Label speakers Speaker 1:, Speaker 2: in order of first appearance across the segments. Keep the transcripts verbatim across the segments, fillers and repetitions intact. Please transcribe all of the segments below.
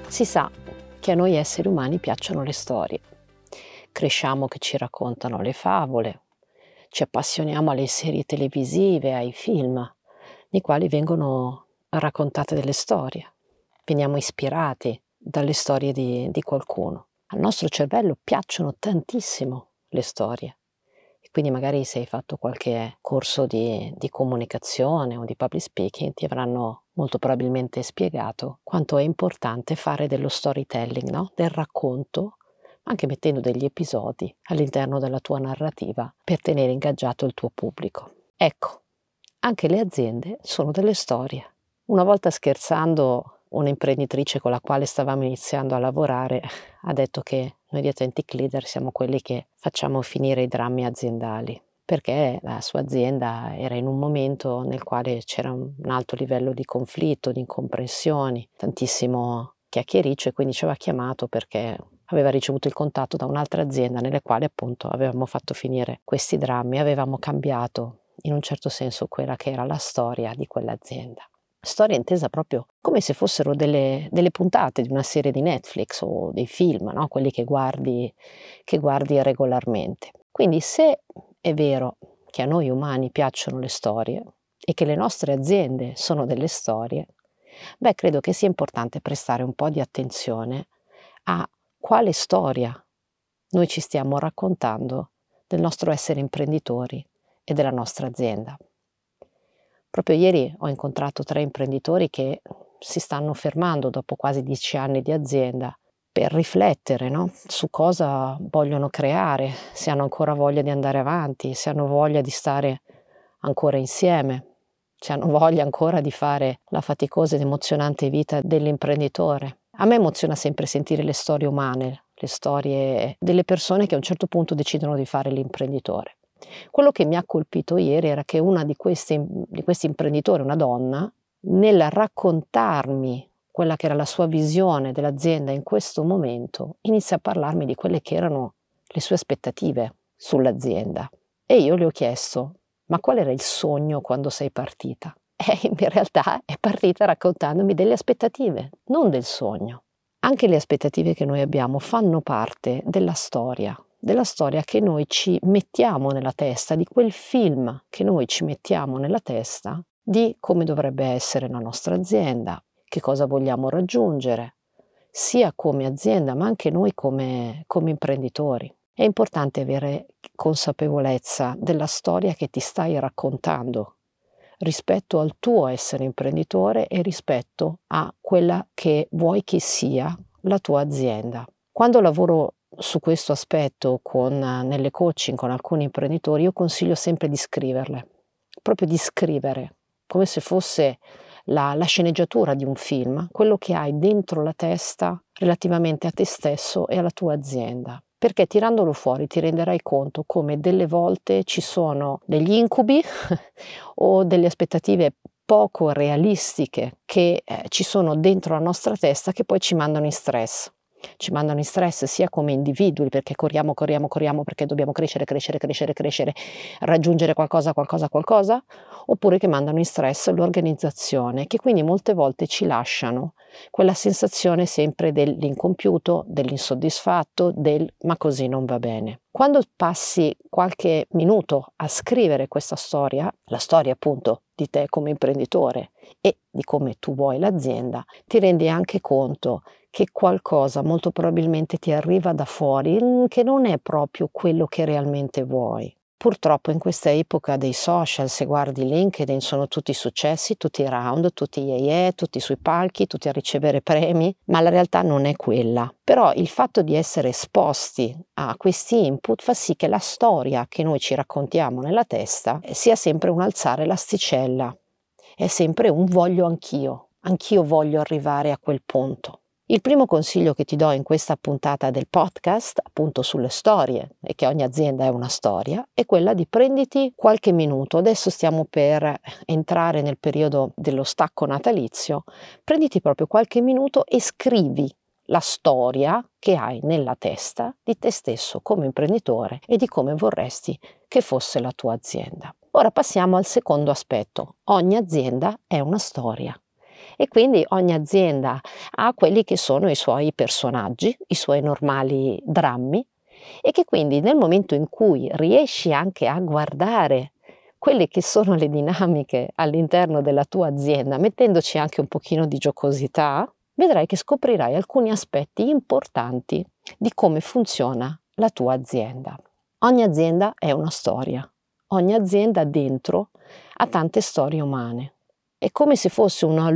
Speaker 1: Si sa che a noi esseri umani piacciono le storie. Cresciamo che ci raccontano le favole, ci appassioniamo alle serie televisive, ai film, nei quali vengono raccontate delle storie. Veniamo ispirati dalle storie di, di qualcuno. Al nostro cervello piacciono tantissimo le storie. E quindi magari se hai fatto qualche corso di, di comunicazione o di public speaking ti avranno molto probabilmente spiegato quanto è importante fare dello storytelling, no? Del racconto, anche mettendo degli episodi all'interno della tua narrativa per tenere ingaggiato il tuo pubblico. Ecco, anche le aziende sono delle storie. Una volta scherzando, un'imprenditrice con la quale stavamo iniziando a lavorare ha detto che noi di Authentic Leader siamo quelli che facciamo finire i drammi aziendali, perché la sua azienda era in un momento nel quale c'era un alto livello di conflitto, di incomprensioni, tantissimo chiacchiericcio, e quindi ci aveva chiamato perché aveva ricevuto il contatto da un'altra azienda nelle quali appunto avevamo fatto finire questi drammi, avevamo cambiato in un certo senso quella che era la storia di quell'azienda. Storia intesa proprio come se fossero delle, delle puntate di una serie di Netflix o dei film, no? Quelli che guardi, che guardi regolarmente. Quindi se è vero che a noi umani piacciono le storie e che le nostre aziende sono delle storie, beh, credo che sia importante prestare un po' di attenzione a quale storia noi ci stiamo raccontando del nostro essere imprenditori e della nostra azienda. Proprio ieri ho incontrato tre imprenditori che si stanno fermando dopo quasi dieci anni di azienda per riflettere, no? Su cosa vogliono creare, se hanno ancora voglia di andare avanti, se hanno voglia di stare ancora insieme, se hanno voglia ancora di fare la faticosa ed emozionante vita dell'imprenditore. A me emoziona sempre sentire le storie umane, le storie delle persone che a un certo punto decidono di fare l'imprenditore. Quello che mi ha colpito ieri era che una di questi, di questi imprenditori, una donna, nel raccontarmi quella che era la sua visione dell'azienda in questo momento, inizia a parlarmi di quelle che erano le sue aspettative sull'azienda. E io le ho chiesto: ma qual era il sogno quando sei partita? E in realtà è partita raccontandomi delle aspettative, non del sogno. Anche le aspettative che noi abbiamo fanno parte della storia, della storia che noi ci mettiamo nella testa, di quel film che noi ci mettiamo nella testa di come dovrebbe essere la nostra azienda, che cosa vogliamo raggiungere, sia come azienda ma anche noi come, come imprenditori. È importante avere consapevolezza della storia che ti stai raccontando rispetto al tuo essere imprenditore e rispetto a quella che vuoi che sia la tua azienda. Quando lavoro su questo aspetto con, nelle coaching con alcuni imprenditori, io consiglio sempre di scriverle, proprio di scrivere, come se fosse la, la sceneggiatura di un film, quello che hai dentro la testa relativamente a te stesso e alla tua azienda. Perché tirandolo fuori ti renderai conto come delle volte ci sono degli incubi o delle aspettative poco realistiche che eh, ci sono dentro la nostra testa che poi ci mandano in stress. Ci mandano in stress sia come individui perché corriamo, corriamo, corriamo perché dobbiamo crescere, crescere, crescere, crescere, raggiungere qualcosa, qualcosa, qualcosa, oppure che mandano in stress l'organizzazione, che quindi molte volte ci lasciano quella sensazione sempre dell'incompiuto, dell'insoddisfatto, del ma così non va bene. Quando passi qualche minuto a scrivere questa storia, la storia appunto di te come imprenditore e di come tu vuoi l'azienda, ti rendi anche conto che qualcosa molto probabilmente ti arriva da fuori che non è proprio quello che realmente vuoi. Purtroppo in questa epoca dei social, se guardi LinkedIn, sono tutti successi, tutti round, tutti yeah, tutti sui palchi, tutti a ricevere premi, ma la realtà non è quella. Però il fatto di essere esposti a questi input fa sì che la storia che noi ci raccontiamo nella testa sia sempre un alzare l'asticella, è sempre un voglio anch'io, anch'io voglio arrivare a quel punto. Il primo consiglio che ti do in questa puntata del podcast, appunto sulle storie, e che ogni azienda è una storia, è quella di prenditi qualche minuto. Adesso stiamo per entrare nel periodo dello stacco natalizio, prenditi proprio qualche minuto e scrivi la storia che hai nella testa di te stesso come imprenditore e di come vorresti che fosse la tua azienda. Ora passiamo al secondo aspetto. Ogni azienda è una storia. E quindi ogni azienda ha quelli che sono i suoi personaggi, i suoi normali drammi, e che quindi nel momento in cui riesci anche a guardare quelle che sono le dinamiche all'interno della tua azienda, mettendoci anche un pochino di giocosità, vedrai che scoprirai alcuni aspetti importanti di come funziona la tua azienda. Ogni azienda è una storia, ogni azienda dentro ha tante storie umane. È come se fosse una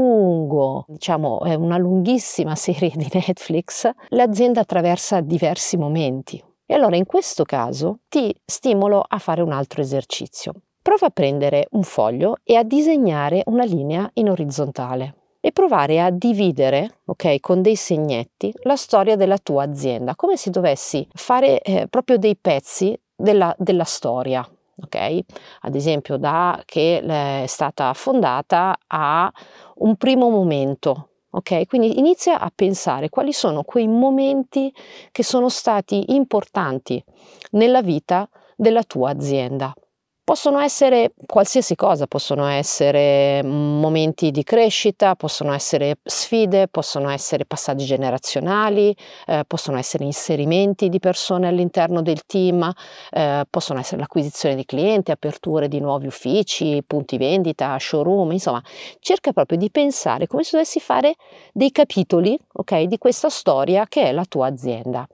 Speaker 1: lungo, diciamo, è una lunghissima serie di Netflix, l'azienda attraversa diversi momenti. E allora in questo caso ti stimolo a fare un altro esercizio. Prova a prendere un foglio e a disegnare una linea in orizzontale e provare a dividere, ok, con dei segnetti la storia della tua azienda, come se dovessi fare eh, proprio dei pezzi della, della storia. Ok, ad esempio da che è stata fondata a un primo momento, ok, quindi inizia a pensare quali sono quei momenti che sono stati importanti nella vita della tua azienda. Possono essere qualsiasi cosa, possono essere momenti di crescita, possono essere sfide, possono essere passaggi generazionali, eh, possono essere inserimenti di persone all'interno del team, eh, possono essere l'acquisizione di clienti, aperture di nuovi uffici, punti vendita, showroom, insomma, cerca proprio di pensare come se dovessi fare dei capitoli, ok, di questa storia che è la tua azienda.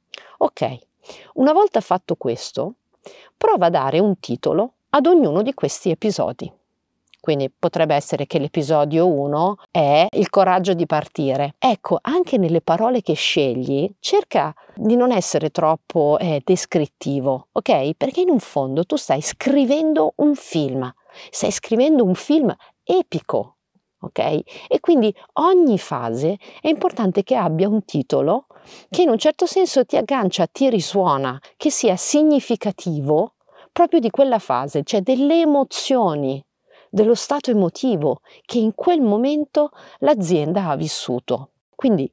Speaker 1: Ok, una volta fatto questo, prova a dare un titolo ad ognuno di questi episodi. Quindi potrebbe essere che l'episodio uno è il coraggio di partire. Ecco, anche nelle parole che scegli, cerca di non essere troppo eh, descrittivo, ok? Perché in un fondo tu stai scrivendo un film, stai scrivendo un film epico, ok? E quindi ogni fase è importante che abbia un titolo che in un certo senso ti aggancia, ti risuona, che sia significativo proprio di quella fase, cioè delle emozioni, dello stato emotivo che in quel momento l'azienda ha vissuto. Quindi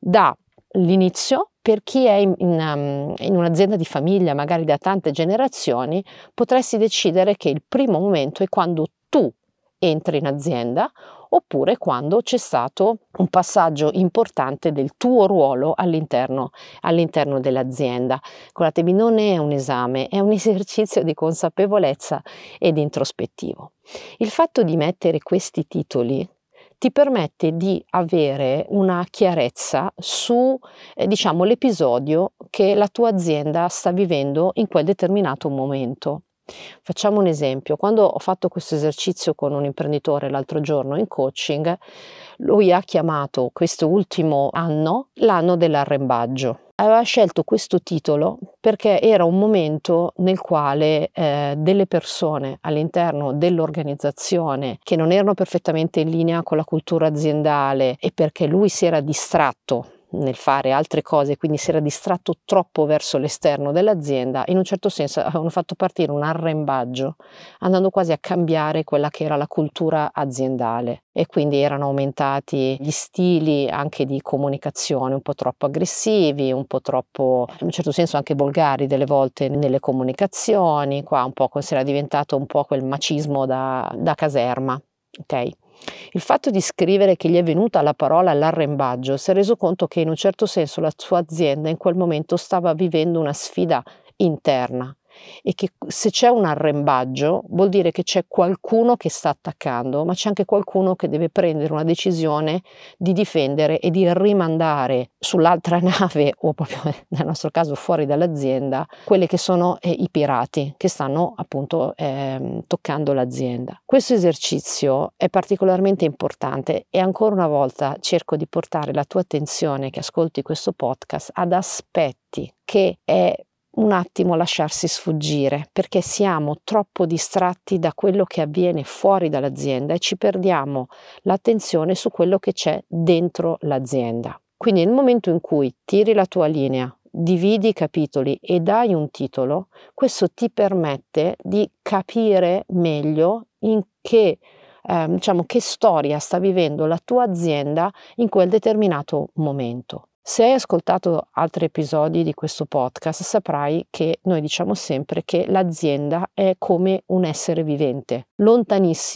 Speaker 1: dall'inizio, per chi è in, in, um, in un'azienda di famiglia, magari da tante generazioni, potresti decidere che il primo momento è quando tu entri in azienda, oppure quando c'è stato un passaggio importante del tuo ruolo all'interno, all'interno dell'azienda. Guardatevi, non è un esame, è un esercizio di consapevolezza ed introspettivo. Il fatto di mettere questi titoli ti permette di avere una chiarezza su, eh, diciamo, l'episodio che la tua azienda sta vivendo in quel determinato momento. Facciamo un esempio: quando ho fatto questo esercizio con un imprenditore l'altro giorno in coaching, lui ha chiamato questo ultimo anno l'anno dell'arrembaggio. Aveva scelto questo titolo perché era un momento nel quale eh, delle persone all'interno dell'organizzazione che non erano perfettamente in linea con la cultura aziendale, e perché lui si era distratto nel fare altre cose, quindi si era distratto troppo verso l'esterno dell'azienda, in un certo senso avevano fatto partire un arrembaggio, andando quasi a cambiare quella che era la cultura aziendale, e quindi erano aumentati gli stili anche di comunicazione un po' troppo aggressivi, un po' troppo, in un certo senso anche volgari delle volte nelle comunicazioni, qua un po' si era diventato un po' quel macismo da, da caserma, ok? Il fatto di scrivere che gli è venuta la parola all'arrembaggio, si è reso conto che in un certo senso la sua azienda in quel momento stava vivendo una sfida interna, e che se c'è un arrembaggio vuol dire che c'è qualcuno che sta attaccando, ma c'è anche qualcuno che deve prendere una decisione di difendere e di rimandare sull'altra nave, o proprio nel nostro caso fuori dall'azienda, quelli che sono eh, i pirati che stanno appunto eh, toccando l'azienda. Questo esercizio è particolarmente importante, e ancora una volta cerco di portare la tua attenzione, che ascolti questo podcast, ad aspetti che è un attimo lasciarsi sfuggire, perché siamo troppo distratti da quello che avviene fuori dall'azienda e ci perdiamo l'attenzione su quello che c'è dentro l'azienda. Quindi nel momento in cui tiri la tua linea, dividi i capitoli e dai un titolo, questo ti permette di capire meglio in che eh, diciamo che storia sta vivendo la tua azienda in quel determinato momento. Se hai ascoltato altri episodi di questo podcast, saprai che noi diciamo sempre che l'azienda è come un essere vivente, lontanissimo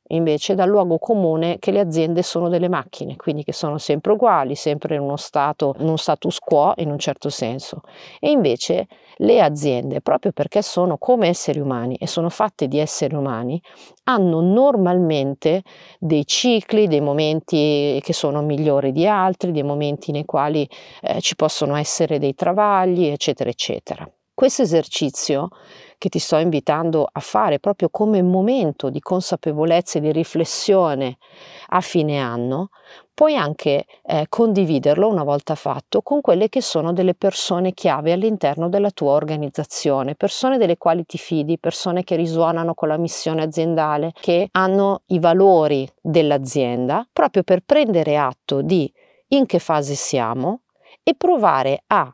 Speaker 1: invece dal luogo comune che le aziende sono delle macchine, quindi che sono sempre uguali, sempre in uno stato, in uno status quo in un certo senso. E invece le aziende, proprio perché sono come esseri umani e sono fatte di esseri umani, hanno normalmente dei cicli, dei momenti che sono migliori di altri, dei momenti nei quali eh, ci possono essere dei travagli, eccetera, eccetera. Questo esercizio che ti sto invitando a fare proprio come momento di consapevolezza e di riflessione a fine anno, puoi anche eh, condividerlo una volta fatto con quelle che sono delle persone chiave all'interno della tua organizzazione, persone delle quali ti fidi, persone che risuonano con la missione aziendale, che hanno i valori dell'azienda, proprio per prendere atto di in che fase siamo e provare a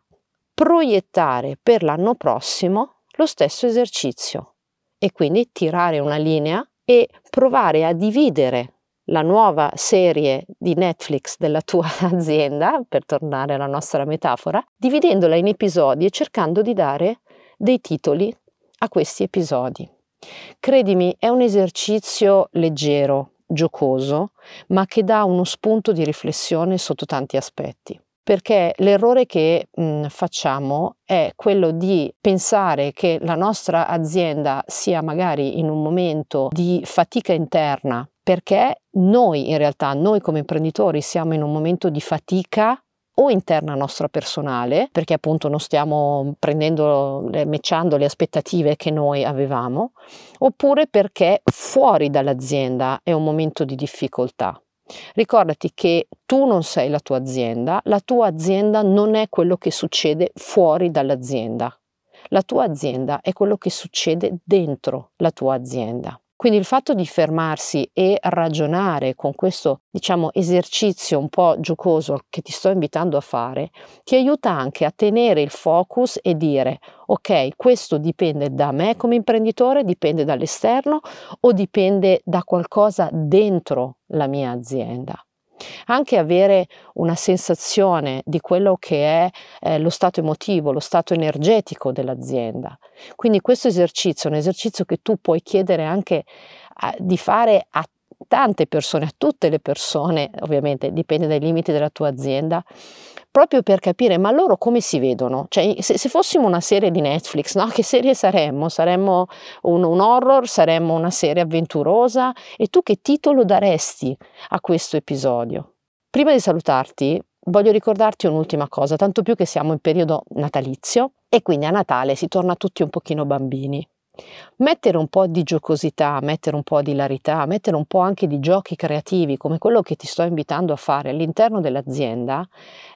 Speaker 1: proiettare per l'anno prossimo lo stesso esercizio e quindi tirare una linea e provare a dividere la nuova serie di Netflix della tua azienda, per tornare alla nostra metafora, dividendola in episodi e cercando di dare dei titoli a questi episodi. Credimi, è un esercizio leggero, giocoso, ma che dà uno spunto di riflessione sotto tanti aspetti. Perché l'errore che mh, facciamo è quello di pensare che la nostra azienda sia magari in un momento di fatica interna, perché noi in realtà, noi come imprenditori siamo in un momento di fatica o interna nostra personale, perché appunto non stiamo prendendo, matchando le aspettative che noi avevamo, oppure perché fuori dall'azienda è un momento di difficoltà. Ricordati che tu non sei la tua azienda, la tua azienda non è quello che succede fuori dall'azienda. La tua azienda è quello che succede dentro la tua azienda. Quindi il fatto di fermarsi e ragionare con questo, diciamo, esercizio un po' giocoso che ti sto invitando a fare, ti aiuta anche a tenere il focus e dire: ok, questo dipende da me come imprenditore, dipende dall'esterno o dipende da qualcosa dentro la mia azienda. Anche avere una sensazione di quello che è eh, lo stato emotivo, lo stato energetico dell'azienda. Quindi questo esercizio è un esercizio che tu puoi chiedere anche a, di fare a tante persone, a tutte le persone, ovviamente dipende dai limiti della tua azienda, proprio per capire ma loro come si vedono. Cioè, se, se fossimo una serie di Netflix, no? Che serie saremmo? Saremmo un, un horror, saremmo una serie avventurosa? E tu che titolo daresti a questo episodio? Prima di salutarti voglio ricordarti un'ultima cosa, tanto più che siamo in periodo natalizio e quindi a Natale si torna tutti un pochino bambini. Mettere un po' di giocosità, mettere un po' di hilarità, mettere un po' anche di giochi creativi come quello che ti sto invitando a fare all'interno dell'azienda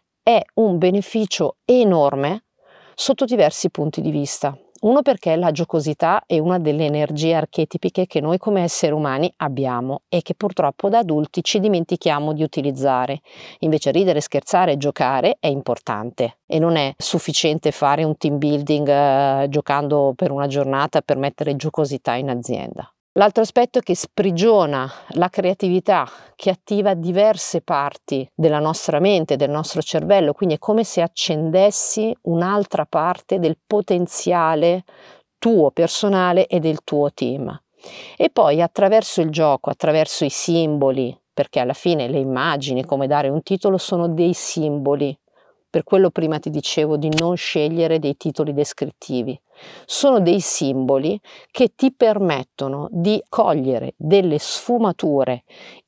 Speaker 1: è un beneficio enorme sotto diversi punti di vista. Uno, perché la giocosità è una delle energie archetipiche che noi come esseri umani abbiamo e che purtroppo da adulti ci dimentichiamo di utilizzare. Invece ridere, scherzare e giocare è importante e non è sufficiente fare un team building eh, giocando per una giornata per mettere giocosità in azienda. L'altro aspetto è che sprigiona la creatività, che attiva diverse parti della nostra mente, del nostro cervello, quindi è come se accendessi un'altra parte del potenziale tuo personale e del tuo team. E poi attraverso il gioco, attraverso i simboli, perché alla fine le immagini, come dare un titolo, sono dei simboli. Per quello prima ti dicevo di non scegliere dei titoli descrittivi. Sono dei simboli che ti permettono di cogliere delle sfumature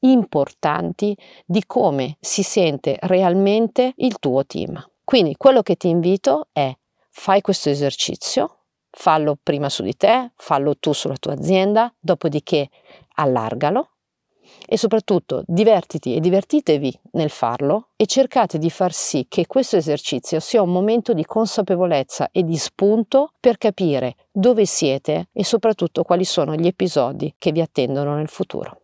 Speaker 1: importanti di come si sente realmente il tuo team. Quindi quello che ti invito è: fai questo esercizio, fallo prima su di te, fallo tu sulla tua azienda, dopodiché allargalo. E soprattutto divertiti e divertitevi nel farlo e cercate di far sì che questo esercizio sia un momento di consapevolezza e di spunto per capire dove siete e soprattutto quali sono gli episodi che vi attendono nel futuro.